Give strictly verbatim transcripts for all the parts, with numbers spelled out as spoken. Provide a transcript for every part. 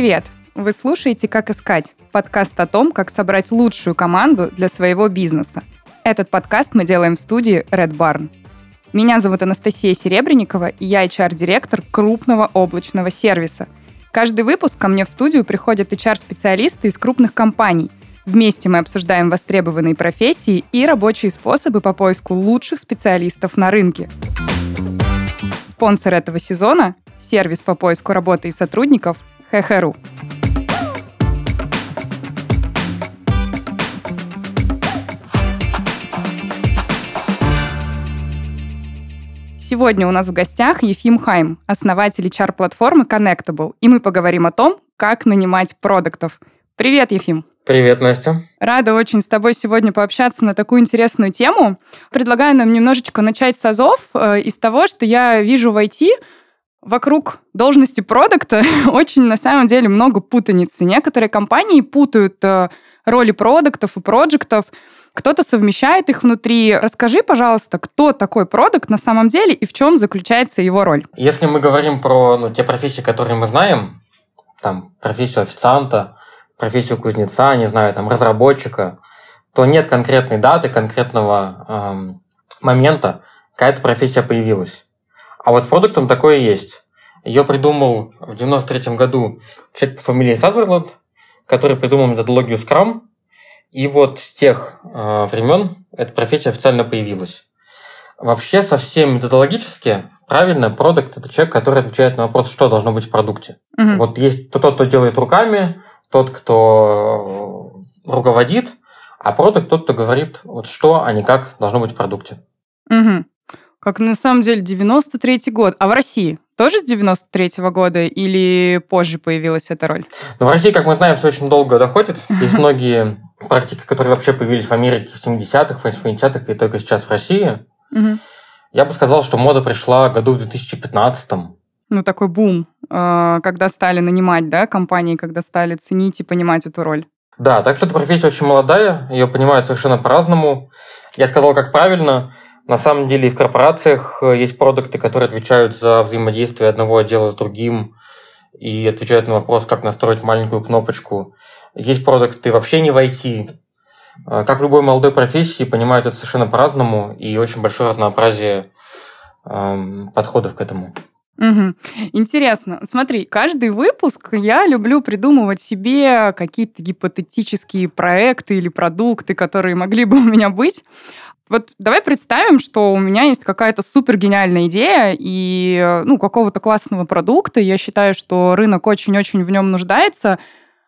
Привет! Вы слушаете «Как искать» – подкаст о том, как собрать лучшую команду для своего бизнеса. Этот подкаст мы делаем в студии Red Barn. Меня зовут Анастасия Серебренникова, и я эйч ар-директор крупного облачного сервиса. Каждый выпуск ко мне в студию приходят эйч ар-специалисты из крупных компаний. Вместе мы обсуждаем востребованные профессии и рабочие способы по поиску лучших специалистов на рынке. Спонсор этого сезона – сервис по поиску работы и сотрудников хэ хэ ру. Сегодня у нас в гостях Ефим Хайм, основатель эйч ар-платформы Connectable, и мы поговорим о том, как нанимать продуктов. Привет, Ефим! Привет, Настя. Рада очень с тобой сегодня пообщаться на такую интересную тему. Предлагаю нам немножечко начать с азов, э, из того, что я вижу в ай ти. Вокруг должности продукта очень, на самом деле, много путаницы. Некоторые компании путают э, роли продуктов и проджектов. Кто-то совмещает их внутри. Расскажи, пожалуйста, кто такой продукт на самом деле и в чем заключается его роль? Если мы говорим про ну, те профессии, которые мы знаем, там, профессию официанта, профессию кузнеца, не знаю, там, разработчика, то нет конкретной даты, конкретного эм, момента, какая-то профессия появилась. А вот с продуктом такое есть. Ее придумал в девяносто третьем году человек по фамилии Сазерленд, который придумал методологию Scrum. И вот с тех э, времен эта профессия официально появилась. Вообще, совсем методологически правильно, продукт – это человек, который отвечает на вопрос, что должно быть в продукте. Mm-hmm. Вот есть тот, кто делает руками, тот, кто руководит, а продукт – тот, кто говорит, вот что, а не как должно быть в продукте. Mm-hmm. Как на самом деле девяносто третий год. А в России тоже с девяносто третьего года или позже появилась эта роль? Ну, в России, как мы знаем, все очень долго доходит. Есть многие практики, которые вообще появились в Америке в семидесятых, восьмидесятых и только сейчас в России. Угу. Я бы сказал, что мода пришла году в две тысячи пятнадцатом. Ну, такой бум, когда стали нанимать, да, компании, когда стали ценить и понимать эту роль. Да, так что эта профессия очень молодая, ее понимают совершенно по-разному. Я сказал, как правильно. На самом деле и в корпорациях есть продукты, которые отвечают за взаимодействие одного отдела с другим и отвечают на вопрос, как настроить маленькую кнопочку. Есть продукты вообще не в ай ти. Как в любой молодой профессии, понимают это совершенно по-разному, и очень большое разнообразие э, подходов к этому. Угу. Интересно. Смотри, каждый выпуск я люблю придумывать себе какие-то гипотетические проекты или продукты, которые могли бы у меня быть. Вот давай представим, что у меня есть какая-то супер гениальная идея и ну, какого-то классного продукта. Я считаю, что рынок очень-очень в нем нуждается.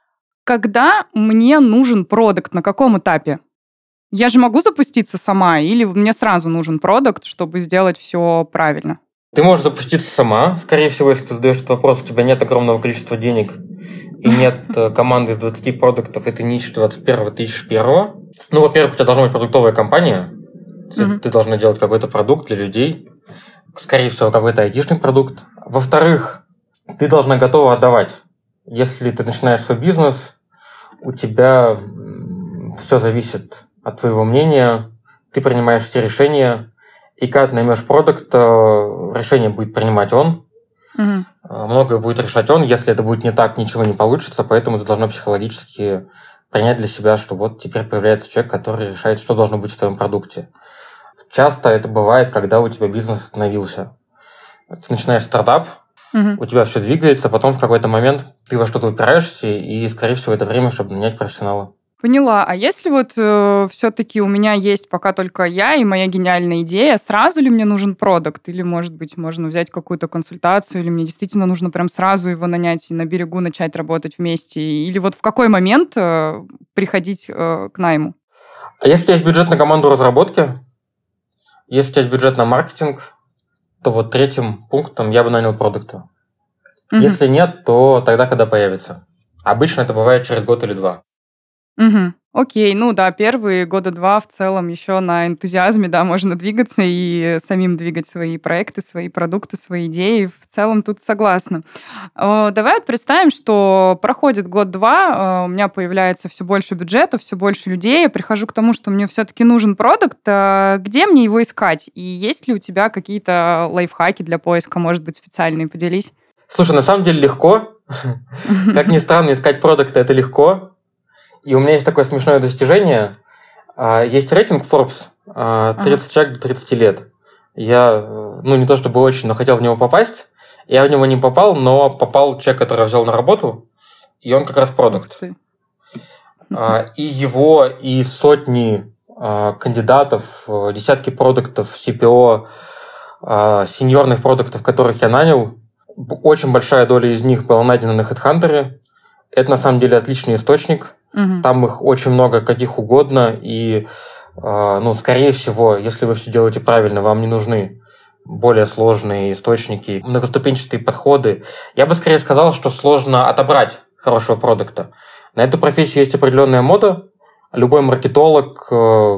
Когда мне нужен продукт? На каком этапе? Я же могу запуститься сама или мне сразу нужен продукт, чтобы сделать все правильно? Ты можешь запуститься сама. Скорее всего, если ты задаешь этот вопрос, у тебя нет огромного количества денег и нет команды из двадцати продуктов, и ты не ищешь двадцать первого, ты ищешь первого. Ну, во-первых, у тебя должна быть продуктовая компания. Mm-hmm. Ты должна делать какой-то продукт для людей. Скорее всего, какой-то айтишный продукт. Во-вторых, ты должна готова отдавать. Если ты начинаешь свой бизнес, у тебя все зависит от твоего мнения. Ты принимаешь все решения. И когда ты наймешь продукт, решение будет принимать он. Mm-hmm. Многое будет решать он. Если это будет не так, ничего не получится. Поэтому ты должна психологически принять для себя, что вот теперь появляется человек, который решает, что должно быть в твоем продукте. Часто это бывает, когда у тебя бизнес остановился. Ты начинаешь стартап, угу. у тебя все двигается, потом в какой-то момент ты во что-то упираешься, и, скорее всего, это время, чтобы нанять профессионала. Поняла. А если вот э, все-таки у меня есть пока только я и моя гениальная идея, сразу ли мне нужен продукт? Или, может быть, можно взять какую-то консультацию, или мне действительно нужно прям сразу его нанять и на берегу начать работать вместе? Или вот в какой момент э, приходить э, к найму? А если у тебя есть бюджет на команду разработки, если у тебя есть бюджет на маркетинг, то вот третьим пунктом я бы нанял продукта. Угу. Если нет, то тогда, когда появится. Обычно это бывает через год или два. Угу. Окей, ну да, первые года два в целом еще на энтузиазме, да, можно двигаться и самим двигать свои проекты, свои продукты, свои идеи. В целом тут согласна. Давай вот представим, что проходит год-два, у меня появляется все больше бюджета, все больше людей, я прихожу к тому, что мне все-таки нужен продукт. Где мне его искать? И есть ли у тебя какие-то лайфхаки для поиска, может быть, специальные? Поделись. Слушай, на самом деле легко. Как ни странно, искать продукты – это легко. И у меня есть такое смешное достижение. Есть рейтинг Forbes тридцать человек до тридцати лет. Я, ну, не то чтобы очень, но хотел в него попасть. Я в него не попал, но попал человек, который взял на работу, и он как раз продукт. И его, и сотни кандидатов, десятки продуктов, си пи о, сеньорных продуктов, которых я нанял, очень большая доля из них была найдена на HeadHunter. Это, на самом деле, отличный источник. Угу. Там их очень много, каких угодно. И, ну, скорее всего, если вы все делаете правильно, вам не нужны более сложные источники, многоступенчатые подходы. Я бы скорее сказал, что сложно отобрать хорошего продукта. На эту профессию есть определенная мода. Любой маркетолог,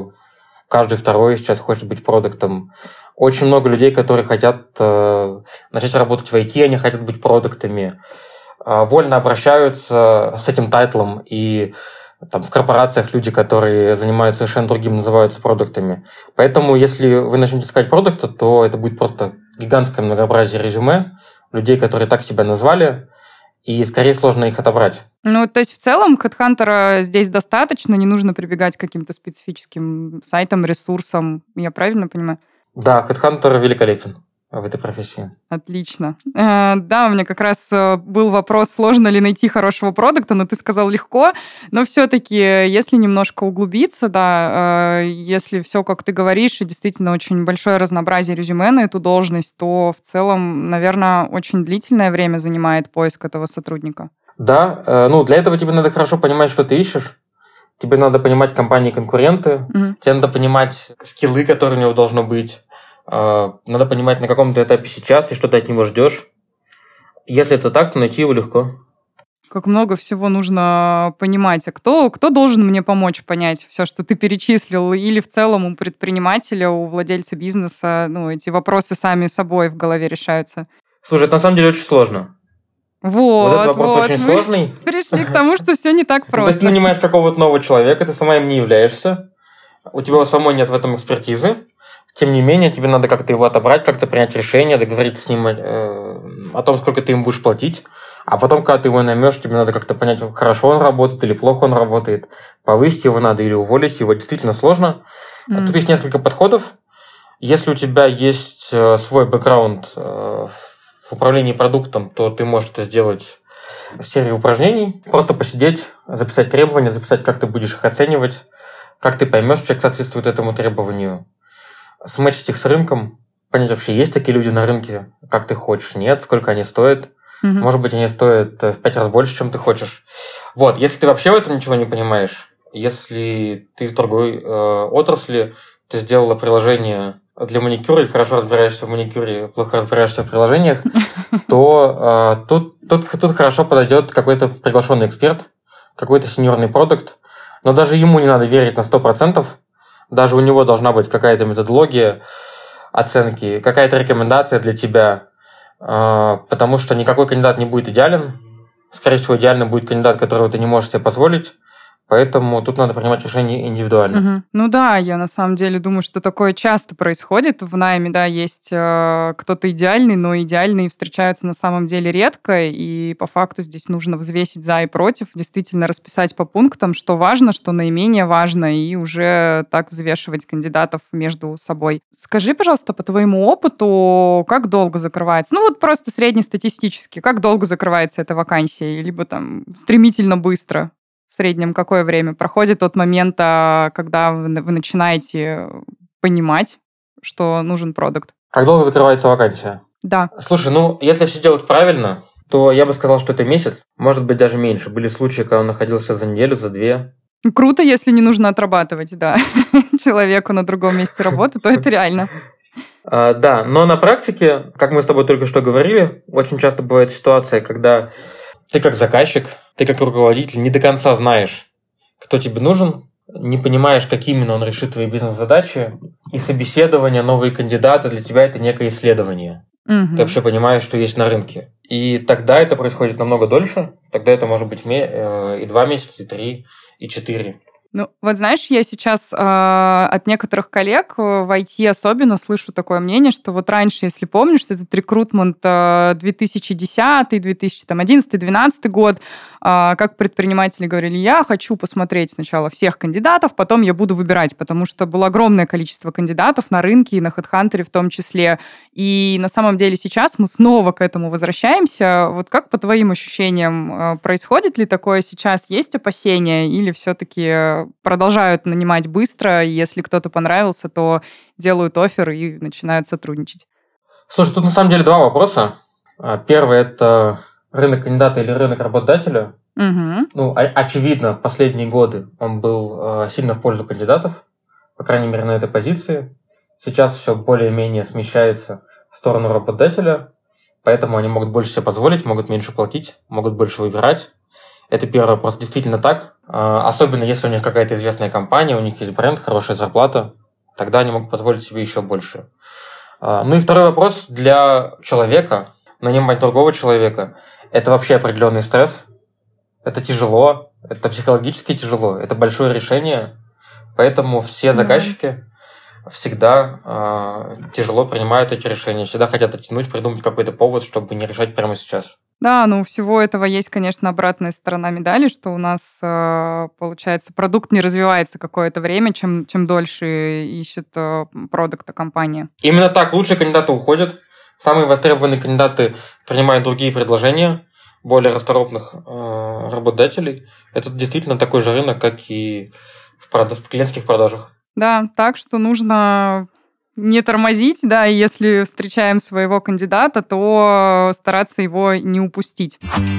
каждый второй сейчас хочет быть продуктом. Очень много людей, которые хотят э, начать работать в ай ти, они хотят быть продуктами, э, вольно обращаются с этим тайтлом, и там, в корпорациях люди, которые занимаются совершенно другим, называются продуктами. Поэтому, если вы начнете искать продукта, то это будет просто гигантское многообразие резюме людей, которые так себя назвали, и скорее сложно их отобрать. Ну, то есть в целом HeadHunter здесь достаточно, не нужно прибегать к каким-то специфическим сайтам, ресурсам, я правильно понимаю? Да, HeadHunter великолепен в этой профессии. Отлично. Э, да, у меня как раз был вопрос, сложно ли найти хорошего продукта, но ты сказал легко, но все-таки, если немножко углубиться, да, э, если все, как ты говоришь, и действительно очень большое разнообразие резюме на эту должность, то в целом, наверное, очень длительное время занимает поиск этого сотрудника. Да, э, ну для этого тебе надо хорошо понимать, что ты ищешь. Тебе надо понимать компании-конкуренты, угу. Тебе надо понимать скиллы, которые у него должно быть. Надо понимать, на каком ты этапе сейчас и что ты от него ждешь. Если это так, то найти его легко. Как много всего нужно понимать. А кто, кто должен мне помочь понять все, что ты перечислил? Или в целом у предпринимателя, у владельца бизнеса, ну, эти вопросы сами собой в голове решаются? Слушай, это на самом деле очень сложно. Вот, вот этот вопрос вот. очень сложный. Пришли к тому, что все не так просто. Ты нанимаешь какого-то нового человека, ты сама им не являешься, у тебя у самой нет в этом экспертизы, тем не менее, тебе надо как-то его отобрать, как-то принять решение, договориться с ним э, о том, сколько ты ему будешь платить, а потом, когда ты его наймешь, тебе надо как-то понять, хорошо он работает или плохо он работает, повысить его надо или уволить его, действительно сложно. Mm. Тут есть несколько подходов. Если у тебя есть э, свой бэкграунд э, в управлении продуктом, то ты можешь это сделать в серии упражнений. Просто посидеть, записать требования, записать, как ты будешь их оценивать, как ты поймешь, человек соответствует этому требованию, сметчить их с рынком, понять, вообще есть такие люди на рынке, как ты хочешь, нет, сколько они стоят. Mm-hmm. Может быть, они стоят в пять раз больше, чем ты хочешь. Вот, если ты вообще в этом ничего не понимаешь, если ты из другой э, отрасли, ты сделала приложение для маникюра и хорошо разбираешься в маникюре, плохо разбираешься в приложениях, то э, тут, тут, тут хорошо подойдет какой-то приглашенный эксперт, какой-то сеньорный продукт, но даже ему не надо верить на сто процентов, даже у него должна быть какая-то методология оценки, какая-то рекомендация для тебя, э, потому что никакой кандидат не будет идеален, скорее всего, идеальным будет кандидат, которого ты не можешь себе позволить. Поэтому тут надо принимать решения индивидуально. Угу. Ну да, я на самом деле думаю, что такое часто происходит в найме, да, есть э, кто-то идеальный, но идеальные встречаются на самом деле редко, и по факту здесь нужно взвесить за и против, действительно расписать по пунктам, что важно, что наименее важно, и уже так взвешивать кандидатов между собой. Скажи, пожалуйста, по твоему опыту, как долго закрывается? Ну вот просто среднестатистически, как долго закрывается эта вакансия, либо там стремительно быстро? В среднем какое время проходит от момента, когда вы начинаете понимать, что нужен продукт? Как долго закрывается вакансия? Да. Слушай, ну, если все делать правильно, то я бы сказал, что это месяц, может быть, даже меньше. Были случаи, когда он находился за неделю, за две. Круто, если не нужно отрабатывать, да, человеку на другом месте работы, то это реально. А, да, но на практике, как мы с тобой только что говорили, очень часто бывает ситуация, когда ты как заказчик, ты как руководитель не до конца знаешь, кто тебе нужен, не понимаешь, как именно он решит твои бизнес-задачи, и собеседование, новые кандидаты для тебя – это некое исследование. Угу. Ты вообще понимаешь, что есть на рынке. И тогда это происходит намного дольше, тогда это может быть и два месяца, и три, и четыре. Ну, вот знаешь, я сейчас э, от некоторых коллег в ай ти особенно слышу такое мнение, что вот раньше, если помнишь, этот рекрутмент э, две тысячи десятый, две тысячи одиннадцатый, две тысячи двенадцатый год, э, как предприниматели говорили, я хочу посмотреть сначала всех кандидатов, потом я буду выбирать, потому что было огромное количество кандидатов на рынке и на HeadHunter в том числе. И на самом деле сейчас мы снова к этому возвращаемся. Вот как по твоим ощущениям, э, происходит ли такое сейчас? Есть опасения или все-таки продолжают нанимать быстро, и если кто-то понравился, то делают оффер и начинают сотрудничать? Слушай, тут на самом деле два вопроса. Первый – это рынок кандидата или рынок работодателя. Угу. Ну, очевидно, в последние годы он был сильно в пользу кандидатов, по крайней мере, на этой позиции. Сейчас все более-менее смещается в сторону работодателя, поэтому они могут больше себе позволить, могут меньше платить, могут больше выбирать. Это первый вопрос. Действительно так. Особенно если у них какая-то известная компания, у них есть бренд, хорошая зарплата, тогда они могут позволить себе еще больше. Ну и второй вопрос для человека. Нанимать другого человека – это вообще определенный стресс. Это тяжело, это психологически тяжело, это большое решение. Поэтому все заказчики да. всегда э, тяжело принимают эти решения, всегда хотят оттянуть, придумать какой-то повод, чтобы не решать прямо сейчас. Да, ну у всего этого есть, конечно, обратная сторона медали, что у нас, получается, продукт не развивается какое-то время, чем, чем дольше ищет продукта компания. Именно так. Лучшие кандидаты уходят, самые востребованные кандидаты принимают другие предложения более расторопных э, работодателей. Это действительно такой же рынок, как и в, прод... в клиентских продажах. Да, так что нужно... не тормозить, да, и если встречаем своего кандидата, то стараться его не упустить.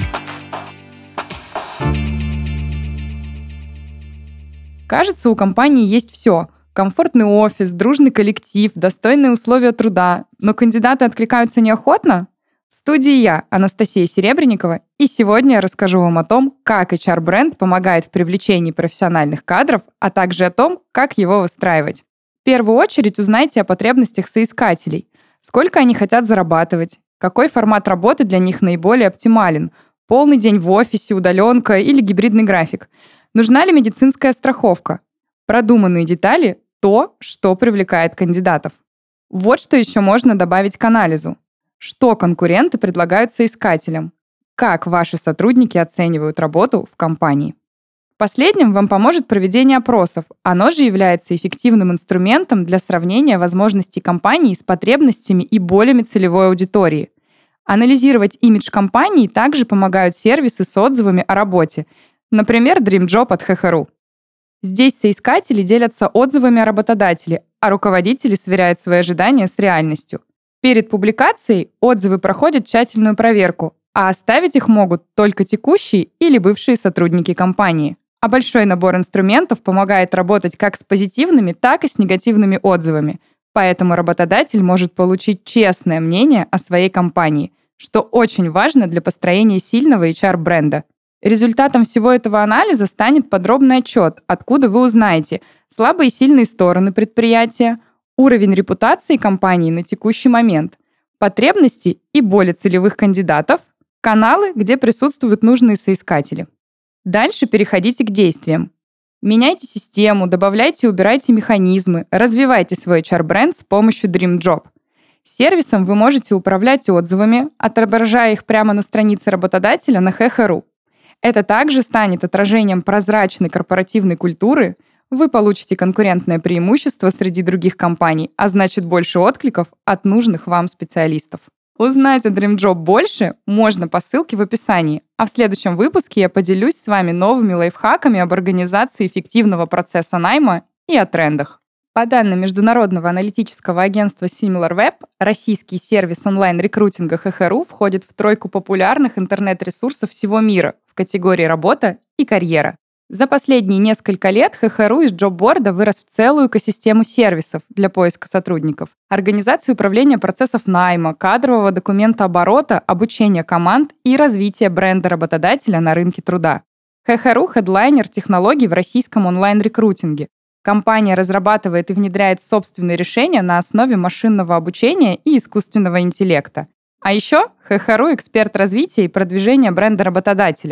Кажется, у компании есть все. Комфортный офис, дружный коллектив, достойные условия труда. Но кандидаты откликаются неохотно? В студии я, Анастасия Серебренникова, и сегодня я расскажу вам о том, как эйч ар-бренд помогает в привлечении профессиональных кадров, а также о том, как его выстраивать. В первую очередь узнайте о потребностях соискателей. Сколько они хотят зарабатывать, какой формат работы для них наиболее оптимален, полный день в офисе, удаленка или гибридный график. Нужна ли медицинская страховка? Продуманные детали – то, что привлекает кандидатов. Вот что еще можно добавить к анализу. Что конкуренты предлагают соискателям? Как ваши сотрудники оценивают работу в компании? Последним вам поможет проведение опросов. Оно же является эффективным инструментом для сравнения возможностей компании с потребностями и болями целевой аудитории. Анализировать имидж компании также помогают сервисы с отзывами о работе. Например, Dream Job от ХХРУ. Здесь соискатели делятся отзывами о работодателе, а руководители сверяют свои ожидания с реальностью. Перед публикацией отзывы проходят тщательную проверку, а оставить их могут только текущие или бывшие сотрудники компании. А большой набор инструментов помогает работать как с позитивными, так и с негативными отзывами. Поэтому работодатель может получить честное мнение о своей компании, что очень важно для построения сильного эйч ар-бренда. Результатом всего этого анализа станет подробный отчет, откуда вы узнаете слабые и сильные стороны предприятия, уровень репутации компании на текущий момент, потребности и боли целевых кандидатов, каналы, где присутствуют нужные соискатели. Дальше переходите к действиям. Меняйте систему, добавляйте и убирайте механизмы, развивайте свой эйч ар-бренд с помощью Dream Job. Сервисом вы можете управлять отзывами, отображая их прямо на странице работодателя на ХХРУ. Это также станет отражением прозрачной корпоративной культуры. Вы получите конкурентное преимущество среди других компаний, а значит больше откликов от нужных вам специалистов. Узнать о Dream Job больше можно по ссылке в описании, а в следующем выпуске я поделюсь с вами новыми лайфхаками об организации эффективного процесса найма и о трендах. По данным международного аналитического агентства SimilarWeb, российский сервис онлайн-рекрутинга ХХРУ входит в тройку популярных интернет-ресурсов всего мира в категории «Работа» и «Карьера». За последние несколько лет ХХРУ из джобборда вырос в целую экосистему сервисов для поиска сотрудников, организации управления процессов найма, кадрового документооборота, обучения команд и развития бренда работодателя на рынке труда. ХХРУ – хедлайнер технологий в российском онлайн-рекрутинге. Компания разрабатывает и внедряет собственные решения на основе машинного обучения и искусственного интеллекта. А еще ХХРУ – эксперт развития и продвижения бренда работодателя.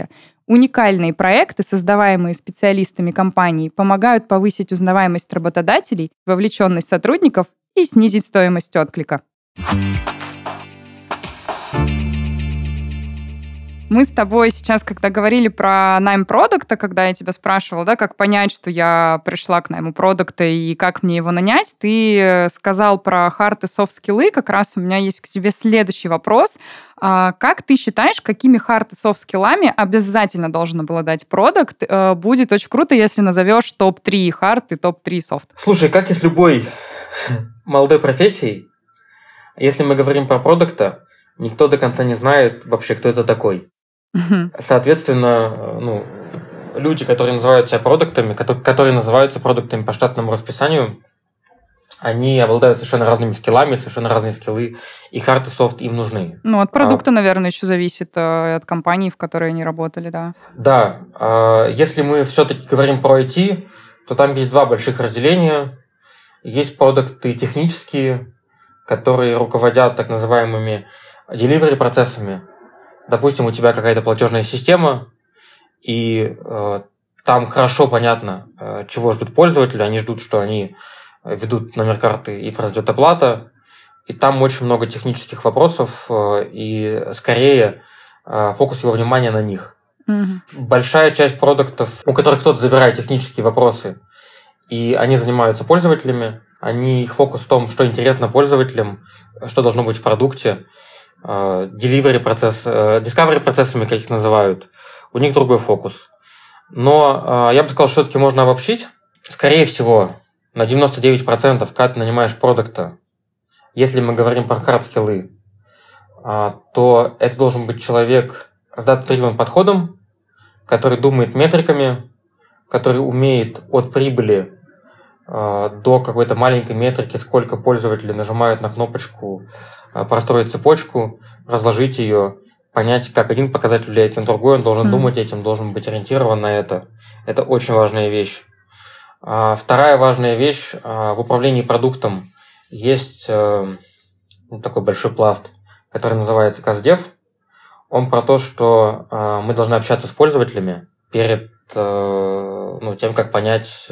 Уникальные проекты, создаваемые специалистами компаний, помогают повысить узнаваемость работодателей, вовлеченность сотрудников и снизить стоимость отклика. Мы с тобой сейчас, когда говорили про найм продукта, когда я тебя спрашивала, да, как понять, что я пришла к найму продукта и как мне его нанять, ты сказал про хард и софт-скиллы. Как раз у меня есть к тебе следующий вопрос. Как ты считаешь, какими хард и софт-скиллами обязательно должен обладать продукт? Будет очень круто, если назовешь топ три хард и топ три софт. Слушай, как и с любой молодой профессией, если мы говорим про продукта, никто до конца не знает вообще, кто это такой. Соответственно, ну, люди, которые называют себя продуктами, которые, которые называются продуктами по штатному расписанию, они обладают совершенно разными скиллами, совершенно разные скиллы, и хард и софт им нужны. Ну, от продукта, а, наверное, еще зависит, от компании, в которой они работали, да. Да. А, если мы все-таки говорим про ай ти, то там есть два больших разделения. Есть продукты технические, которые руководят так называемыми delivery процессами. Допустим, у тебя какая-то платежная система, и э, там хорошо понятно, э, чего ждут пользователи. Они ждут, что они ведут номер карты и произойдет оплата. И там очень много технических вопросов, э, и скорее э, фокус его внимания на них. Mm-hmm. Большая часть продуктов, у которых кто-то забирает технические вопросы, и они занимаются пользователями, они, их фокус в том, что интересно пользователям, что должно быть в продукте. Delivery процесс, discovery процессами, как их называют, у них другой фокус. Но я бы сказал, что все-таки можно обобщить. Скорее всего, на девяносто девять процентов, когда ты нанимаешь продукта, если мы говорим про хард-скиллы, то это должен быть человек с data-driven подходом, который думает метриками, который умеет от прибыли до какой-то маленькой метрики, сколько пользователи нажимают на кнопочку, простроить цепочку, разложить ее, понять, как один показатель влияет на другой, он должен mm. думать этим, должен быть ориентирован на это. Это очень важная вещь. А вторая важная вещь в управлении продуктом есть ну, такой большой пласт, который называется каздев. Он про то, что мы должны общаться с пользователями перед ну, тем, как понять,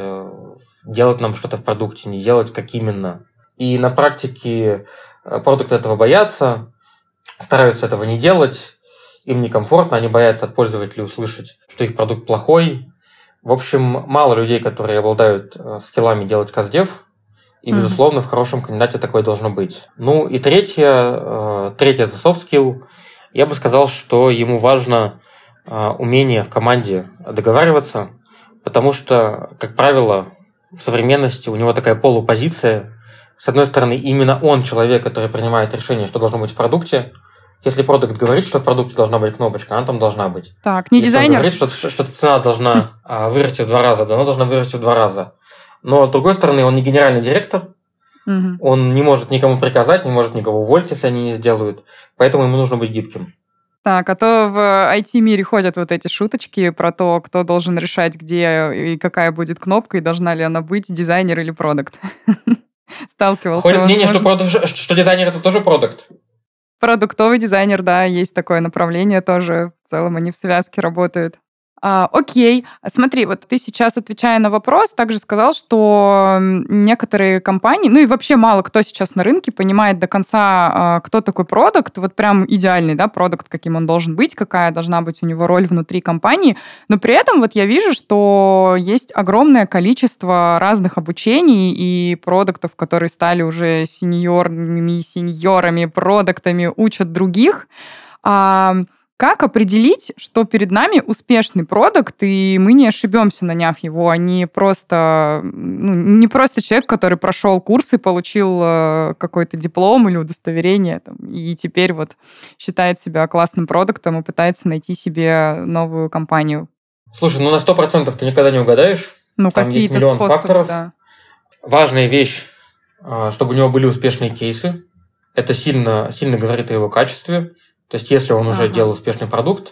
делать нам что-то в продукте, не делать, как именно. И на практике продукты этого боятся, стараются этого не делать, им некомфортно, они боятся от пользователей услышать, что их продукт плохой. В общем, мало людей, которые обладают скиллами делать каздев, и, безусловно, mm-hmm. в хорошем кандидате такое должно быть. Ну и третье, третье это soft skill. Я бы сказал, что ему важно умение в команде договариваться, потому что, как правило, в современности у него такая полупозиция. С одной стороны, именно он человек, который принимает решение, что должно быть в продукте. Если продукт говорит, что в продукте должна быть кнопочка, она там должна быть. Так, не Если дизайнер. Он говорит, что, что цена должна вырасти в два раза, да, она должна вырасти в два раза. Но, с другой стороны, он не генеральный директор, угу. Он не может никому приказать, не может никого уволить, если они не сделают. Поэтому ему нужно быть гибким. Так, а то в ай ти-мире ходят вот эти шуточки про то, кто должен решать, где и какая будет кнопка, и должна ли она быть, дизайнер или продукт. Сталкивался. Ходит мнение, что, что, что дизайнер – это тоже продукт. Продуктовый дизайнер, да, есть такое направление тоже. В целом они в связке работают. А, окей. Смотри, вот ты сейчас, отвечая на вопрос, также сказал, что некоторые компании, ну и вообще мало кто сейчас на рынке понимает до конца, кто такой продукт, вот прям идеальный, да, продукт, каким он должен быть, какая должна быть у него роль внутри компании. Но при этом вот я вижу, что есть огромное количество разных обучений и продуктов, которые стали уже сеньорными, сеньорами, продуктами, учат других. А как определить, что перед нами успешный продукт, и мы не ошибемся, наняв его, а не просто, ну, не просто человек, который прошел курс и получил какой-то диплом или удостоверение, там, и теперь вот считает себя классным продуктом и пытается найти себе новую компанию? Слушай, ну на сто процентов ты никогда не угадаешь. Ну, там какие-то есть миллион способы, факторов. Да. Важная вещь, чтобы у него были успешные кейсы. Это сильно, сильно говорит о его качестве. То есть, если он уже ага. делал успешный продукт,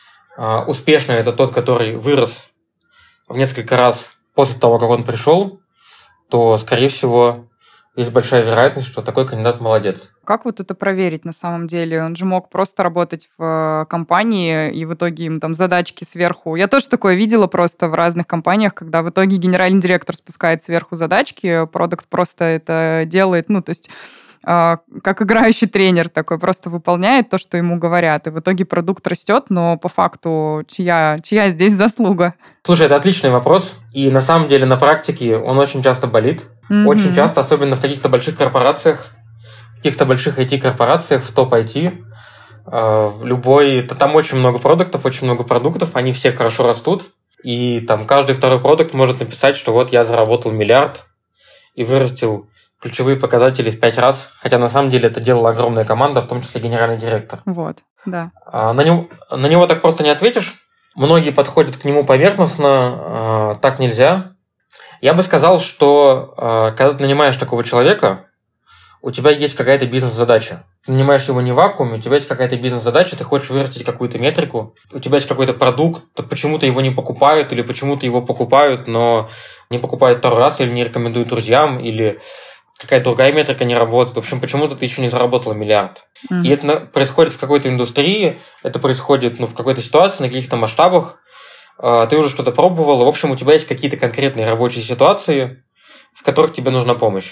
uh, успешный – это тот, который вырос в несколько раз после того, как он пришел, то, скорее всего, есть большая вероятность, что такой кандидат молодец. Как вот это проверить на самом деле? Он же мог просто работать в компании, и в итоге им там задачки сверху. Я тоже такое видела просто в разных компаниях, когда в итоге генеральный директор спускает сверху задачки, продакт просто это делает, ну, то есть как играющий тренер такой, просто выполняет то, что ему говорят. И в итоге продукт растет, но по факту чья, чья здесь заслуга? Слушай, это отличный вопрос. И на самом деле на практике он очень часто болит. Mm-hmm. Очень часто, особенно в каких-то больших корпорациях, в каких-то больших ай ти-корпорациях, в топ ай ти, в любой... Там очень много продуктов, очень много продуктов, они все хорошо растут. И там каждый второй продукт может написать, что вот я заработал миллиард и вырастил ключевые показатели в пять раз, хотя на самом деле это делала огромная команда, в том числе генеральный директор. Вот, да. А, на, него, на него так просто не ответишь. Многие подходят к нему поверхностно, а, так нельзя. Я бы сказал, что а, когда ты нанимаешь такого человека, у тебя есть какая-то бизнес-задача. Ты нанимаешь его не в вакууме, у тебя есть какая-то бизнес-задача, ты хочешь вырастить какую-то метрику, у тебя есть какой-то продукт, почему-то его не покупают, или почему-то его покупают, но не покупают второй раз, или не рекомендуют друзьям, или какая-то другая метрика не работает. В общем, почему-то ты еще не заработала миллиард. Mm-hmm. И это происходит в какой-то индустрии, это происходит ну, в какой-то ситуации, на каких-то масштабах. Ты уже что-то пробовала. В общем, у тебя есть какие-то конкретные рабочие ситуации, в которых тебе нужна помощь.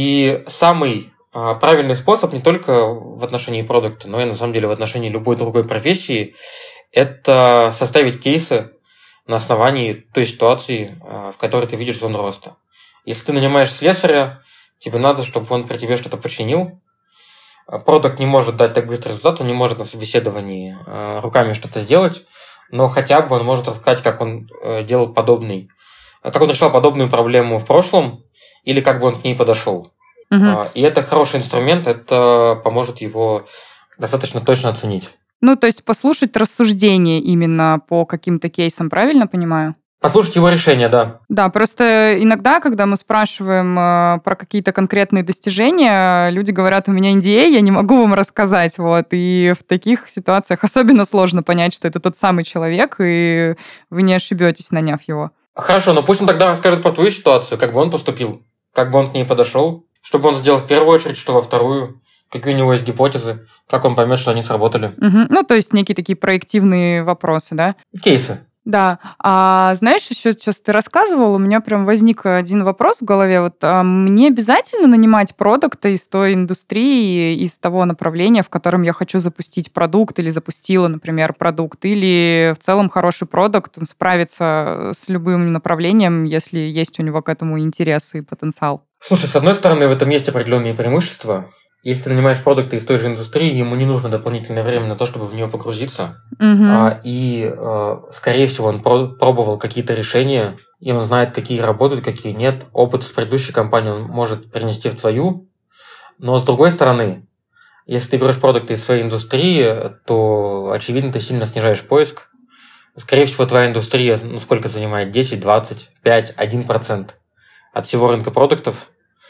И самый правильный способ не только в отношении продукта, но и на самом деле в отношении любой другой профессии – это составить кейсы на основании той ситуации, в которой ты видишь зону роста. Если ты нанимаешь слесаря, тебе надо, чтобы он при тебе что-то починил. Продакт не может дать так быстрый результат, он не может на собеседовании руками что-то сделать, но хотя бы он может рассказать, как он делал подобный, как он решал подобную проблему в прошлом, или как бы он к ней подошел. Угу. И это хороший инструмент, это поможет его достаточно точно оценить. Ну, то есть послушать рассуждения именно по каким-то кейсам, правильно понимаю? Послушать его решение, да. Да, просто иногда, когда мы спрашиваем э, про какие-то конкретные достижения, люди говорят, у меня эн ди эй, я не могу вам рассказать. Вот. И в таких ситуациях особенно сложно понять, что это тот самый человек, и вы не ошибетесь, наняв его. Хорошо, но пусть он тогда расскажет про твою ситуацию, как бы он поступил, как бы он к ней подошел, что бы он сделал в первую очередь, что во вторую, какие у него есть гипотезы, как он поймет, что они сработали. Угу. Ну, то есть некие такие проективные вопросы, да? Кейсы. Да. А знаешь, еще сейчас ты рассказывал, у меня прям возник один вопрос в голове. Вот а мне обязательно нанимать продукта из той индустрии, из того направления, в котором я хочу запустить продукт или запустила, например, продукт, или в целом хороший продукт, он справится с любым направлением, если есть у него к этому интерес и потенциал? Слушай, с одной стороны, в этом есть определенные преимущества. Если ты нанимаешь продукты из той же индустрии, ему не нужно дополнительное время на то, чтобы в нее погрузиться. Uh-huh. А, и, а, скорее всего, он про- пробовал какие-то решения, и он знает, какие работают, какие нет. Опыт в предыдущей компании он может принести в твою. Но, с другой стороны, если ты берешь продукты из своей индустрии, то, очевидно, ты сильно снижаешь поиск. Скорее всего, твоя индустрия, ну, сколько занимает? десять, двадцать, пять, один процент от всего рынка продуктов.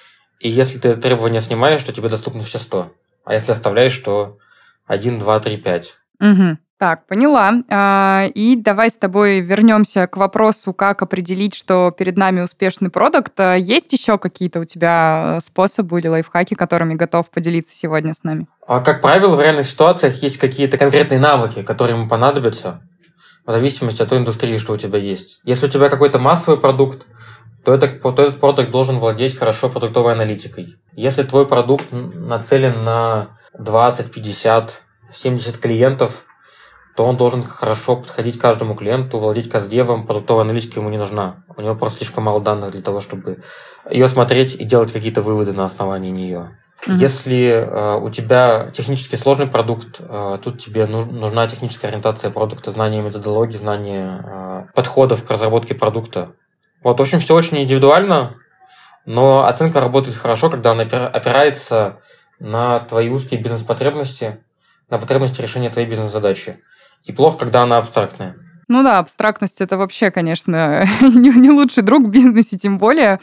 И если ты требования снимаешь, то тебе доступны все сто. А если оставляешь, то один, два, три, пять. Угу. Так, поняла. И давай с тобой вернемся к вопросу, как определить, что перед нами успешный продукт. Есть еще какие-то у тебя способы или лайфхаки, которыми готов поделиться сегодня с нами? А, как правило, в реальных ситуациях есть какие-то конкретные навыки, которые ему понадобятся, в зависимости от той индустрии, что у тебя есть. Если у тебя какой-то массовый продукт, то, это, то этот продукт должен владеть хорошо продуктовой аналитикой. Если твой продукт нацелен на двадцать, пятьдесят, семьдесят клиентов, то он должен хорошо подходить к каждому клиенту, владеть каздевом, продуктовая аналитика ему не нужна. У него просто слишком мало данных для того, чтобы ее смотреть и делать какие-то выводы на основании нее. Mm-hmm. Если э, у тебя технически сложный продукт, э, тут тебе ну, нужна техническая ориентация продукта, знание методологии, знание э, подходов к разработке продукта. Вот, в общем, все очень индивидуально, но оценка работает хорошо, когда она опирается на твои узкие бизнес-потребности, на потребности решения твоей бизнес-задачи. И плохо, когда она абстрактная. Ну да, абстрактность – это вообще, конечно, не, не лучший друг в бизнесе, тем более.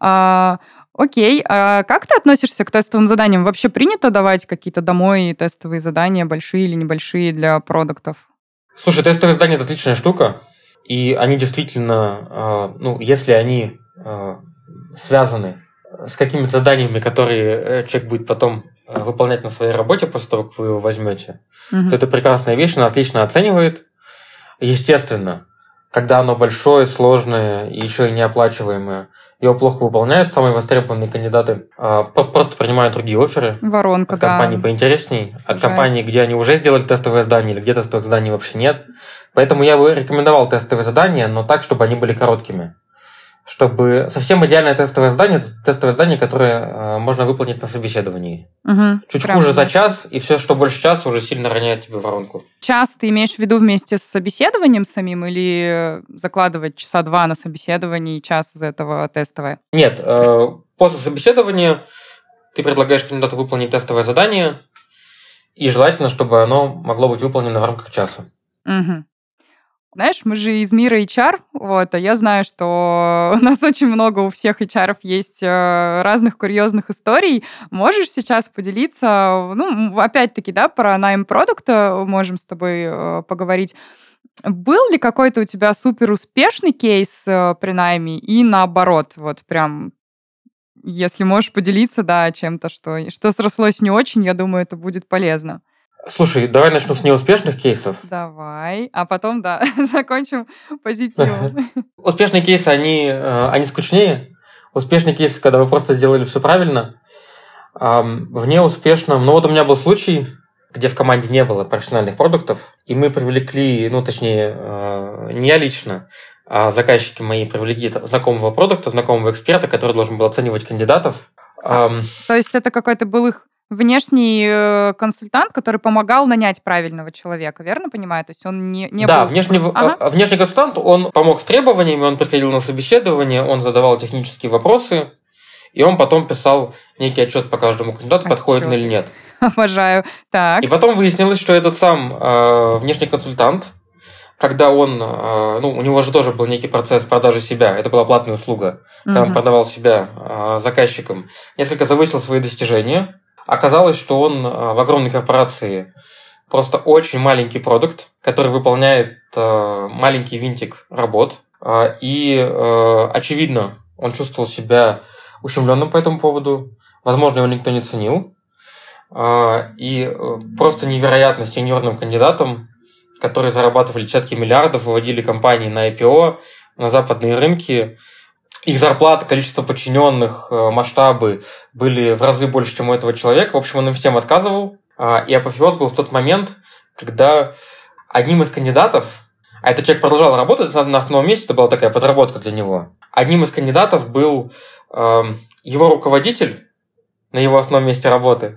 А, окей, а как ты относишься к тестовым заданиям? Вообще принято давать какие-то домой тестовые задания, большие или небольшие, для продуктов? Слушай, тестовые задания – это отличная штука. И они действительно, ну, если они связаны с какими-то заданиями, которые человек будет потом выполнять на своей работе после того, как вы его возьмете, mm-hmm. то это прекрасная вещь, она отлично оценивает. Естественно, когда оно большое, сложное и еще и неоплачиваемое, его плохо выполняют, самые востребованные кандидаты а, просто принимают другие офферы. Воронка, от компаний да. поинтересней, Сужается. От компаний, где они уже сделали тестовое задание, или где тестовых заданий вообще нет. Поэтому я бы рекомендовал тестовые задания, но так, чтобы они были короткими. Чтобы совсем идеальное тестовое задание, это тестовое задание, которое э, можно выполнить на собеседовании. Угу, Чуть прям хуже за да. час, и все, что больше часа, уже сильно роняет тебе воронку. Час ты имеешь в виду вместе с собеседованием самим или закладывать часа два на собеседование и час из этого тестовое? Нет, э, после собеседования ты предлагаешь кандидату выполнить тестовое задание, и желательно, чтобы оно могло быть выполнено в рамках часа. Угу. Знаешь, мы же из мира эйч ар, вот, а я знаю, что у нас очень много у всех эйч ар-ов есть разных курьезных историй. Можешь сейчас поделиться, ну, опять-таки, да, про найм продукта можем с тобой поговорить. Был ли какой-то у тебя супер успешный кейс при найме и наоборот, вот прям, если можешь поделиться, да, чем-то, что, что срослось не очень, я думаю, это будет полезно. Слушай, давай начну с неуспешных кейсов. Давай, а потом, да, закончим позитивом. Успешные кейсы, они, они скучнее. Успешные кейсы, когда вы просто сделали все правильно. В неуспешном... Ну вот у меня был случай, где в команде не было профессиональных продуктов, и мы привлекли, ну точнее, не я лично, а заказчики мои привлекли знакомого продукта, знакомого эксперта, который должен был оценивать кандидатов. А, то есть это какой-то был их внешний консультант, который помогал нанять правильного человека, верно понимаю? То есть он не, не да, был... внешний, ага. внешний консультант, он помог с требованиями, он приходил на собеседование, он задавал технические вопросы, и он потом писал некий отчет по каждому кандидату, отчет. Подходит он или нет. Обожаю. Так. И потом выяснилось, что этот сам э, внешний консультант, когда он, э, ну, у него же тоже был некий процесс продажи себя, это была платная услуга, когда mm-hmm. он продавал себя э, заказчикам, несколько завысил свои достижения. Оказалось, что он в огромной корпорации просто очень маленький продукт, который выполняет э, маленький винтик работ. Э, и, э, очевидно, он чувствовал себя ущемленным по этому поводу. Возможно, его никто не ценил. Э, и э, просто невероятно сеньорным кандидатом, которые зарабатывали десятки миллиардов, выводили компании на ай пи о, на западные рынки. Их зарплата, количество подчиненных, масштабы были в разы больше, чем у этого человека. В общем, он им всем отказывал. И апофеоз был в тот момент, когда одним из кандидатов, а этот человек продолжал работать на основном месте, это была такая подработка для него, одним из кандидатов был э, его руководитель на его основном месте работы,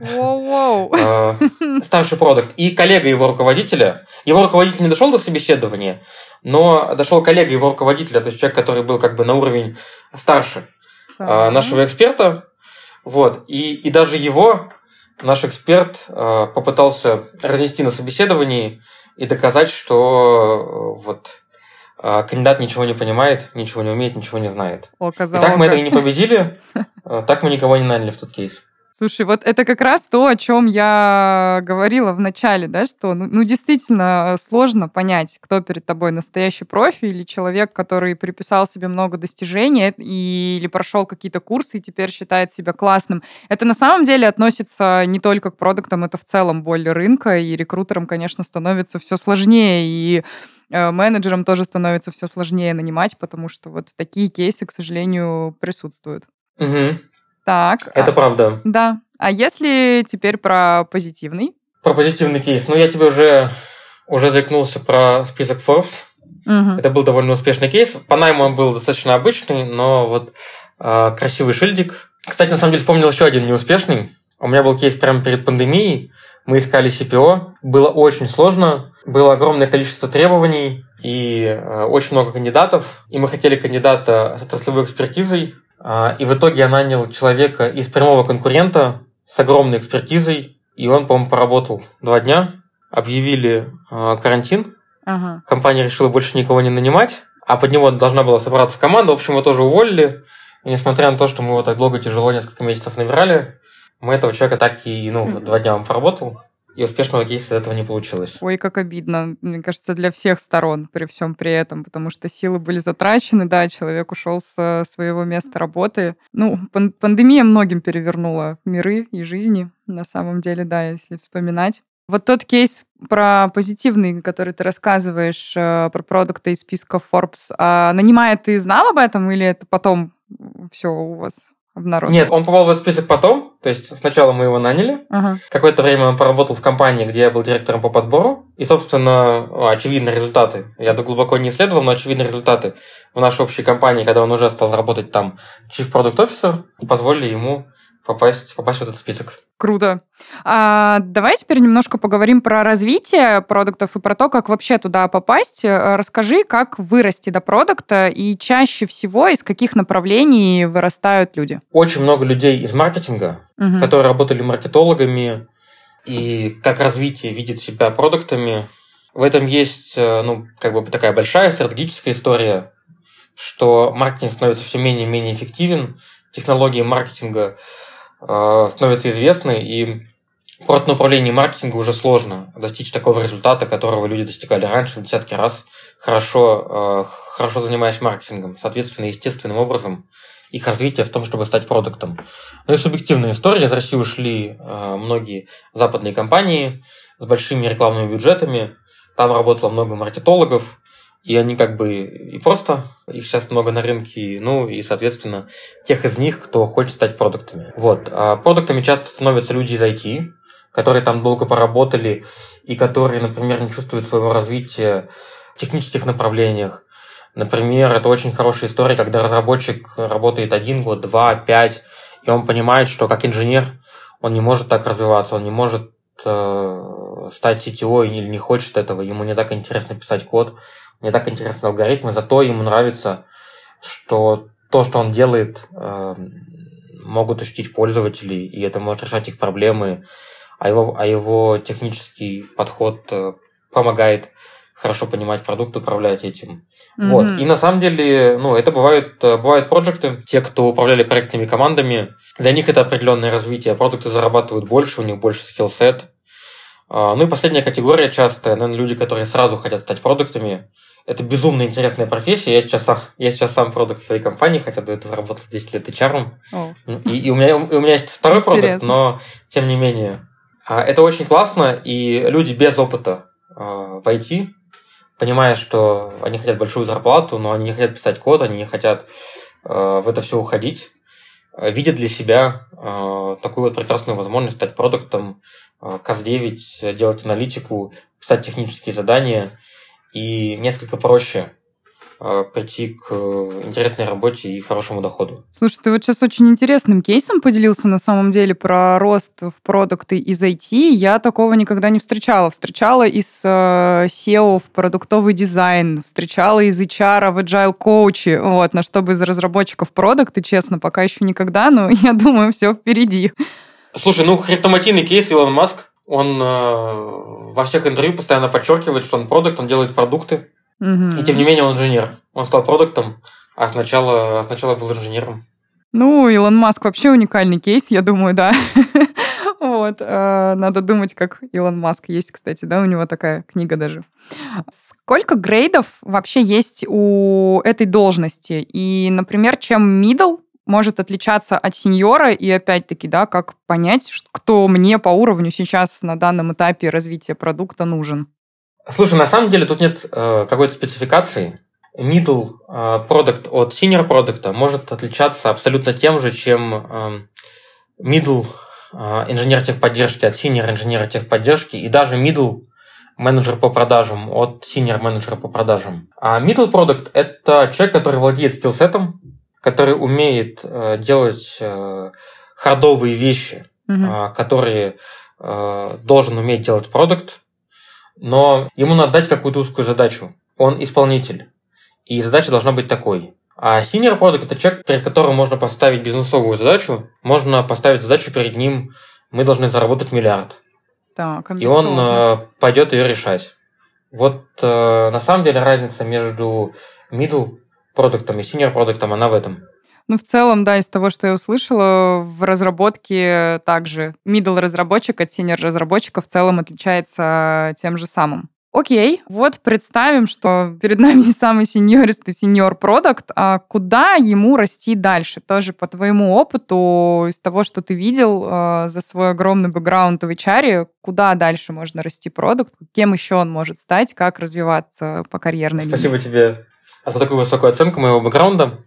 э, старший продакт, и коллега его руководителя. Его руководитель не дошел до собеседования, но дошел коллега его руководителя, то есть человек, который был как бы на уровень старше э, нашего эксперта. Вот. И, и даже его наш эксперт э, попытался разнести на собеседовании и доказать, что э, вот, э, кандидат ничего не понимает, ничего не умеет, ничего не знает. Око за и так око. Мы это и не победили, э, так мы никого не наняли в тот кейс. Слушай, вот это как раз то, о чем я говорила в начале, да, что ну, ну действительно сложно понять, кто перед тобой настоящий профи или человек, который приписал себе много достижений и, или прошел какие-то курсы и теперь считает себя классным. Это на самом деле относится не только к продуктам, это в целом боль рынка, и рекрутерам, конечно, становится все сложнее, и менеджерам тоже становится все сложнее нанимать, потому что вот такие кейсы, к сожалению, присутствуют. Угу. Так. Это а, правда. Да. А если теперь про позитивный? Про позитивный кейс. Ну, я тебе уже, уже заикнулся про список Forbes. Угу. Это был довольно успешный кейс. По найму он был достаточно обычный, но вот э, красивый шильдик. Кстати, на самом деле, вспомнил еще один неуспешный. У меня был кейс прямо перед пандемией. Мы искали си пи о. Было очень сложно. Было огромное количество требований и э, очень много кандидатов. И мы хотели кандидата с отраслевой экспертизой. И в итоге я нанял человека из прямого конкурента с огромной экспертизой, и он, по-моему, поработал два дня. Объявили э, карантин, ага. Компания решила больше никого не нанимать, а под него должна была собраться команда. В общем, его тоже уволили. И несмотря на то, что мы его так долго, тяжело, несколько месяцев набирали, мы этого человека так и, ну, mm-hmm. два дня он поработал. и успешного кейса из этого не получилось. Ой, как обидно. Мне кажется, для всех сторон при всем при этом, потому что силы были затрачены, да, человек ушел с своего места работы. Ну, пан- пандемия многим перевернула миры и жизни, на самом деле, да, если вспоминать. Вот тот кейс про позитивный, который ты рассказываешь, э, про продукты из списка Forbes, а нанимая ты знал об этом или это потом все у вас обнародовано? Нет, он попал в этот список потом, то есть сначала мы его наняли, Ага. какое-то время он поработал в компании, где я был директором по подбору, и, собственно, очевидны результаты. Я глубоко не исследовал, но очевидны результаты в нашей общей компании, когда он уже стал работать там Chief Product Officer, позволили ему попасть, попасть в этот список. Круто. А, давай теперь немножко поговорим про развитие продуктов и про то, как вообще туда попасть. Расскажи, как вырасти до продукта и чаще всего из каких направлений вырастают люди? Очень много людей из маркетинга, Угу. которые работали маркетологами, и как развитие видит себя продуктами. В этом есть, ну, как бы такая большая стратегическая история, что маркетинг становится все менее и менее эффективен, технологии маркетинга э, становятся известны, и просто на управлении маркетинга уже сложно достичь такого результата, которого люди достигали раньше в десятки раз, хорошо, э, хорошо занимаясь маркетингом. Соответственно, естественным образом их развитие в том, чтобы стать продуктом. Ну и субъективная история. Из России ушли э, многие западные компании с большими рекламными бюджетами. Там работало много маркетологов, и они как бы и просто, их сейчас много на рынке, ну и, соответственно, тех из них, кто хочет стать продуктами. Вот. А продуктами часто становятся люди из ай ти, которые там долго поработали и которые, например, не чувствуют своего развития в технических направлениях. Например, это очень хорошая история, когда разработчик работает один год, два, пять, и он понимает, что как инженер он не может так развиваться, он не может э, стать си ти о или не хочет этого, ему не так интересно писать код, не так интересны алгоритмы, зато ему нравится, что то, что он делает, э, могут ощутить пользователи, и это может решать их проблемы, а его, а его технический подход э, помогает хорошо понимать продукт, управлять этим. Mm-hmm. Вот. И на самом деле, ну, это бывают, бывают проекты, те, кто управляли проектными командами, для них это определенное развитие. Продукты зарабатывают больше, у них больше скиллсет. Ну и последняя категория часто, наверное, люди, которые сразу хотят стать продуктами. Это безумно интересная профессия. Я сейчас сам, я сейчас сам продукт своей компании, хотя до этого работал десять лет эйч ар. Oh. И, и, у меня, и у меня есть второй продукт, но тем не менее. Это очень классно, и люди без опыта в ай ти, понимая, что они хотят большую зарплату, но они не хотят писать код, они не хотят в это все уходить, видят для себя такую вот прекрасную возможность стать продуктом, кас девять, делать аналитику, писать технические задания, и несколько проще э, прийти к интересной работе и хорошему доходу. Слушай, ты вот сейчас очень интересным кейсом поделился на самом деле про рост в продукты из ай ти. Я такого никогда не встречала. Встречала из э, сео в продуктовый дизайн, встречала из эйч ар в agile коучи, вот, на чтобы из разработчиков продукты, честно, пока еще никогда, но я думаю, все впереди. Слушай, ну, хрестоматийный кейс Илон Маск. Он э, во всех интервью постоянно подчеркивает, что он продукт, он делает продукты. Mm-hmm. И тем не менее он инженер. Он стал продуктом, а сначала, а сначала был инженером. Ну, Илон Маск вообще уникальный кейс, я думаю, да. Вот. Надо думать, как Илон Маск есть, кстати, да, у него такая книга даже. Сколько грейдов вообще есть у этой должности? И, например, чем middle может отличаться от сеньора, и опять-таки, да, как понять, кто мне по уровню сейчас на данном этапе развития продукта нужен? Слушай, на самом деле тут нет э, какой-то спецификации. Middle э, product от senior продукта может отличаться абсолютно тем же, чем э, middle э, инженер техподдержки от senior инженера техподдержки, и даже middle менеджер по продажам от senior менеджера по продажам. А middle product – это человек, который владеет скиллсетом, который умеет э, делать э, хардовые вещи, mm-hmm. э, которые э, должен уметь делать продукт, но ему надо дать какую-то узкую задачу. Он исполнитель, и задача должна быть такой. А senior product – это человек, перед которым можно поставить бизнесовую задачу, можно поставить задачу перед ним, мы должны заработать миллиард. Так, и он э, пойдет ее решать. Вот э, на самом деле разница между middle продуктом и senior продуктом, она в этом. Ну, в целом, да, из того, что я услышала, в разработке также middle разработчик от senior разработчика в целом отличается тем же самым. Окей, вот представим, что перед нами самый сеньористый сеньор-продакт, а куда ему расти дальше? Тоже по твоему опыту, из того, что ты видел э, за свой огромный бэкграунд в эйч ар, куда дальше можно расти продукт? Кем еще он может стать? Как развиваться по карьерной линии? Спасибо тебе за такую высокую оценку моего бэкграунда.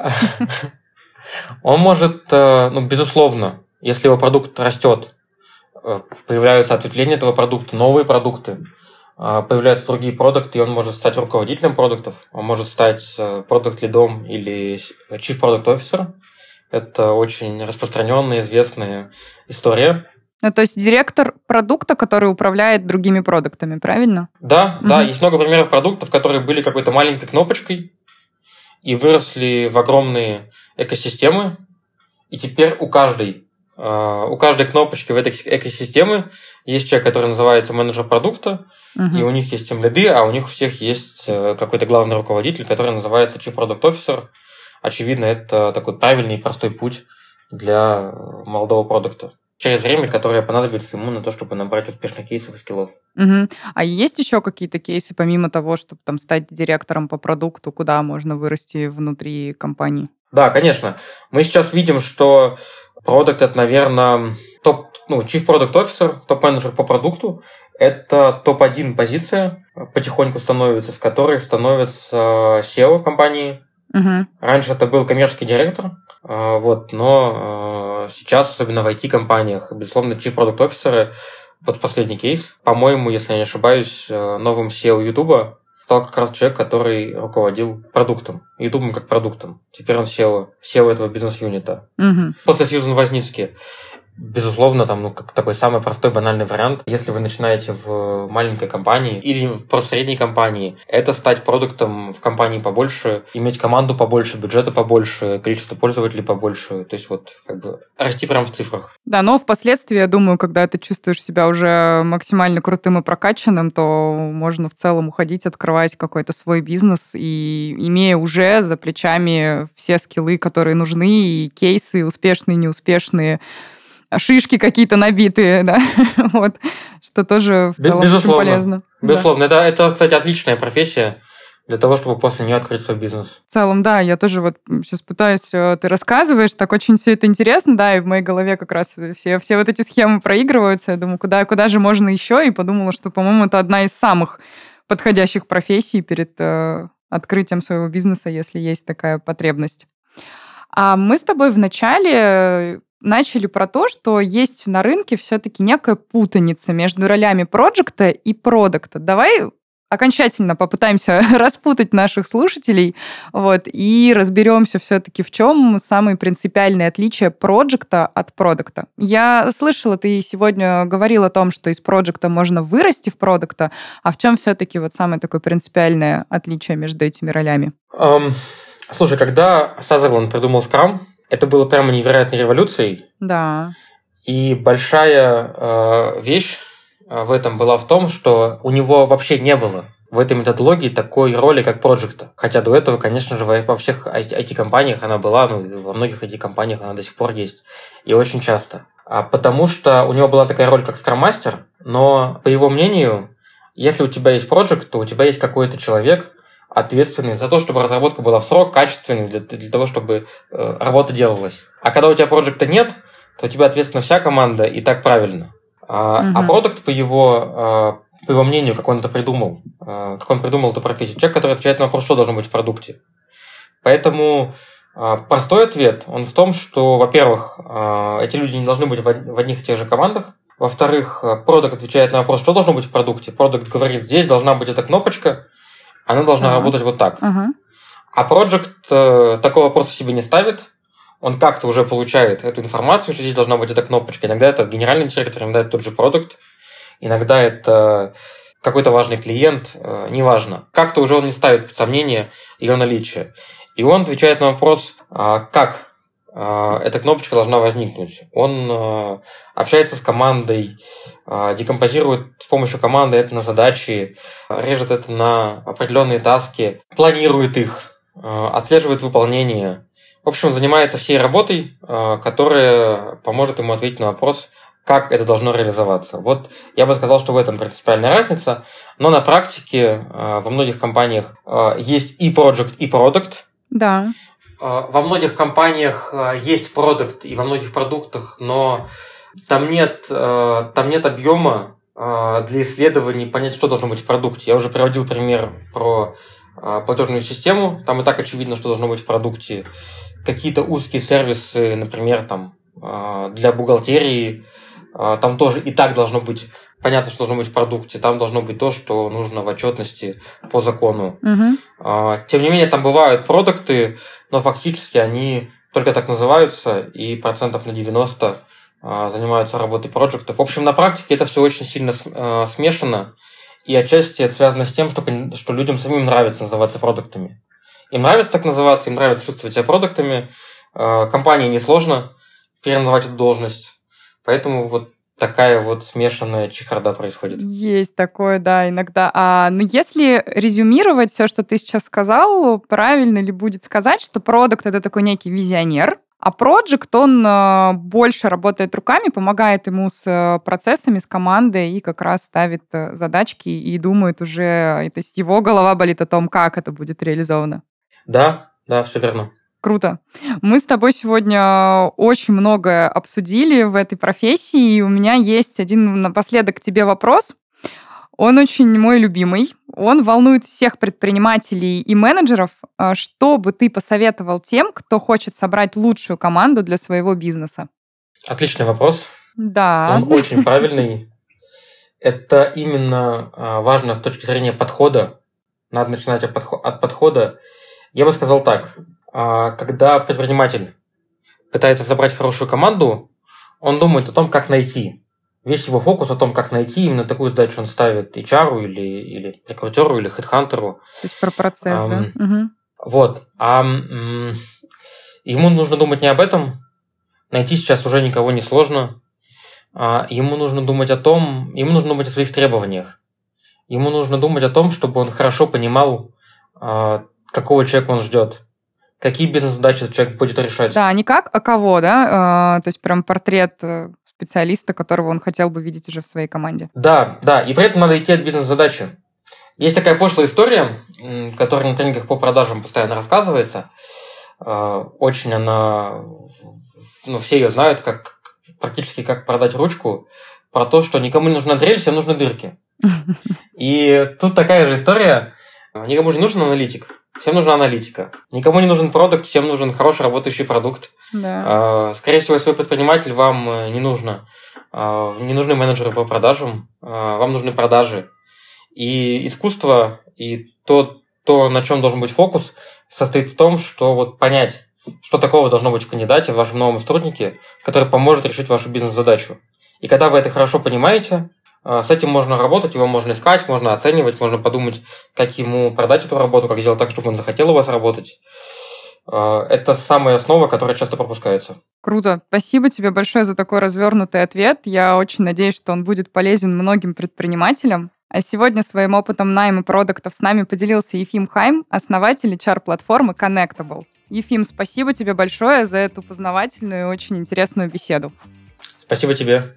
Он может, ну, безусловно, если его продукт растет, появляются ответвления этого продукта, новые продукты, появляются другие продукты, и он может стать руководителем продуктов, он может стать продукт-лидом или chief product officer. Это очень распространенная, известная история. Ну, то есть директор продукта, который управляет другими продуктами, правильно? Да, угу. да, есть много примеров продуктов, которые были какой-то маленькой кнопочкой и выросли в огромные экосистемы, и теперь у каждой, у каждой кнопочки в этой экосистеме есть человек, который называется менеджер продукта, угу. и у них есть тимлиды, а у них у всех есть какой-то главный руководитель, который называется chief product officer. Очевидно, это такой правильный и простой путь для молодого продукта через время, которое понадобится ему на то, чтобы набрать успешных кейсов и скиллов. Угу. А есть еще какие-то кейсы, помимо того, чтобы там стать директором по продукту, куда можно вырасти внутри компании? Да, конечно. Мы сейчас видим, что продукт — это, наверное, топ, ну, chief product officer, топ-менеджер по продукту. Это топ один позиция, потихоньку становится, с которой становится си и о компании. Угу. Раньше это был коммерческий директор, вот, но сейчас, особенно в ай ти-компаниях, безусловно, chief product officer, вот последний кейс, по-моему, если я не ошибаюсь, новым си и о YouTube стал как раз человек, который руководил продуктом, YouTube как продуктом. Теперь он си и о, си и о этого бизнес-юнита. Угу. После Сьюзан Возницки. Безусловно, там, ну, как такой самый простой, банальный вариант. Если вы начинаете в маленькой компании или в средней компании, это стать продуктом в компании побольше, иметь команду побольше, бюджета побольше, количество пользователей побольше. То есть вот как бы расти прямо в цифрах. Да, но впоследствии, я думаю, когда ты чувствуешь себя уже максимально крутым и прокачанным, то можно в целом уходить, открывать какой-то свой бизнес, и имея уже за плечами все скиллы, которые нужны, и кейсы успешные, неуспешные, шишки какие-то набитые, да, вот, что тоже в целом Безусловно. очень полезно. Безусловно. Да. Это, это, кстати, отличная профессия для того, чтобы после нее открыть свой бизнес. В целом, да, я тоже вот сейчас пытаюсь, ты рассказываешь, так очень все это интересно, да, и в моей голове как раз все, все вот эти схемы проигрываются. Я думаю, куда, куда же можно еще? И подумала, что, по-моему, это одна из самых подходящих профессий перед э, открытием своего бизнеса, если есть такая потребность. А мы с тобой вначале начали про то, что есть на рынке все-таки некая путаница между ролями проекта и продукта. Давай окончательно попытаемся распутать наших слушателей, вот, и разберемся все-таки, в чем самые принципиальные отличия проекта от продукта. Я слышала, ты сегодня говорил о том, что из проекта можно вырасти в продукта, а в чем все-таки вот самое такое принципиальное отличие между этими ролями? Um, слушай, когда Сазерленд придумал Scrum, это было прямо невероятной революцией. Да. И большая э, вещь в этом была в том, что у него вообще не было в этой методологии такой роли, как проекта. Хотя до этого, конечно же, во всех ай ти-компаниях она была, ну, во многих ай ти-компаниях она до сих пор есть. И очень часто. А потому что у него была такая роль, как Scrum-мастер, но, по его мнению, если у тебя есть проект, то у тебя есть какой-то человек, ответственный за то, чтобы разработка была в срок, качественной, для, для того, чтобы э, работа делалась. А когда у тебя проекта нет, то у тебя ответственна вся команда, и так правильно. А, uh-huh. а продукт, по его, э, по его мнению, как он это придумал, э, как он придумал эту профессию, человек, который отвечает на вопрос, что должно быть в продукте. Поэтому э, простой ответ, он в том, что, во-первых, э, эти люди не должны быть в, в одних и тех же командах. Во-вторых, продукт отвечает на вопрос, что должно быть в продукте. Продукт говорит, здесь должна быть эта кнопочка, она должна uh-huh. работать вот так. Uh-huh. А проект э, такого вопроса себе не ставит. Он как-то уже получает эту информацию, что здесь должна быть эта кнопочка. Иногда это генеральный директор, иногда это тот же продукт, иногда это какой-то важный клиент, э, неважно. Как-то уже он не ставит под сомнение ее наличие. И он отвечает на вопрос, э, как э, эта кнопочка должна возникнуть. Он э, общается с командой, э, декомпозирует с помощью команды это на задачи, э, режет это на определенные таски, планирует их, э, отслеживает выполнение. В общем, он занимается всей работой, которая поможет ему ответить на вопрос, как это должно реализоваться. Вот я бы сказал, что в этом принципиальная разница, но на практике во многих компаниях есть и project, и product. Да. Во многих компаниях есть продукт и во многих продуктах, но там нет, там нет объема для исследований, понять, что должно быть в продукте. Я уже приводил пример про платежную систему, там и так очевидно, что должно быть в продукте. Какие-то узкие сервисы, например, там, для бухгалтерии, там тоже и так должно быть понятно, что должно быть в продукте, там должно быть то, что нужно в отчетности по закону. Угу. Тем не менее, там бывают продукты, но фактически они только так называются, и процентов на девяносто занимаются работой проектов. В общем, на практике это все очень сильно смешано, и отчасти это связано с тем, что, что людям самим нравится называться продуктами. Им нравится так называться, им нравится чувствовать себя продуктами. Компании несложно переназвать эту должность. Поэтому вот такая вот смешанная чехарда происходит. Есть такое, да, иногда. А, но если резюмировать все, что ты сейчас сказал, правильно ли будет сказать, что продукт — это такой некий визионер, а проджект, он э, больше работает руками, помогает ему с э, процессами, с командой и как раз ставит э, задачки и думает уже, то есть его голова болит о том, как это будет реализовано. Да, да, все верно. Круто. Мы с тобой сегодня очень многое обсудили в этой профессии, и у меня есть один напоследок к тебе вопрос. Он очень мой любимый. Он волнует всех предпринимателей и менеджеров. Что бы ты посоветовал тем, кто хочет собрать лучшую команду для своего бизнеса? Отличный вопрос. Да. Он очень правильный. Это именно важно с точки зрения подхода. Надо начинать от подхода. Я бы сказал так. Когда предприниматель пытается собрать хорошую команду, он думает о том, как найти. Весь его фокус о том, как найти, именно такую задачу он ставит эйч ар или, или рекрутеру, или хедхантеру. То есть про процесс, um, да? Угу. Вот. А um, ему нужно думать не об этом. Найти сейчас уже никого не сложно. А ему нужно думать о том, ему нужно думать о своих требованиях. Ему нужно думать о том, чтобы он хорошо понимал, а, какого человека он ждет. Какие бизнес-задачи этот человек будет решать. Да, не как, а кого, да? А, то есть прям портрет специалиста, которого он хотел бы видеть уже в своей команде. Да, да, и при этом надо идти от бизнес-задачи. Есть такая пошлая история, которая на тренингах по продажам постоянно рассказывается. Очень она... Ну, все ее знают, как практически как продать ручку, про то, что никому не нужна дрель, всем нужны дырки. И тут такая же история. Никому же не нужен аналитик. Всем нужна аналитика. Никому не нужен продукт, всем нужен хороший работающий продукт. Да. Скорее всего, свой предприниматель вам не нужно. Не нужны менеджеры по продажам, вам нужны продажи. И искусство, и то, то, на чем должен быть фокус, состоит в том, что вот понять, что такого должно быть в кандидате, в вашем новом сотруднике, который поможет решить вашу бизнес-задачу. И когда вы это хорошо понимаете, с этим можно работать, его можно искать, можно оценивать, можно подумать, как ему продать эту работу, как сделать так, чтобы он захотел у вас работать. Это самая основа, которая часто пропускается. Круто. Спасибо тебе большое за такой развернутый ответ. Я очень надеюсь, что он будет полезен многим предпринимателям. А сегодня своим опытом найма продуктов с нами поделился Ефим Хайм, основатель эйч ар-платформы Connectable. Ефим, спасибо тебе большое за эту познавательную и очень интересную беседу. Спасибо тебе.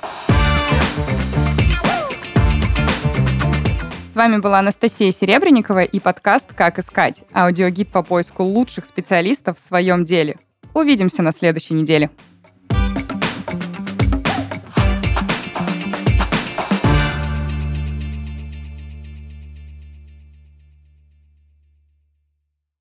С вами была Анастасия Серебренникова и подкаст «Как искать» – аудиогид по поиску лучших специалистов в своем деле. Увидимся на следующей неделе.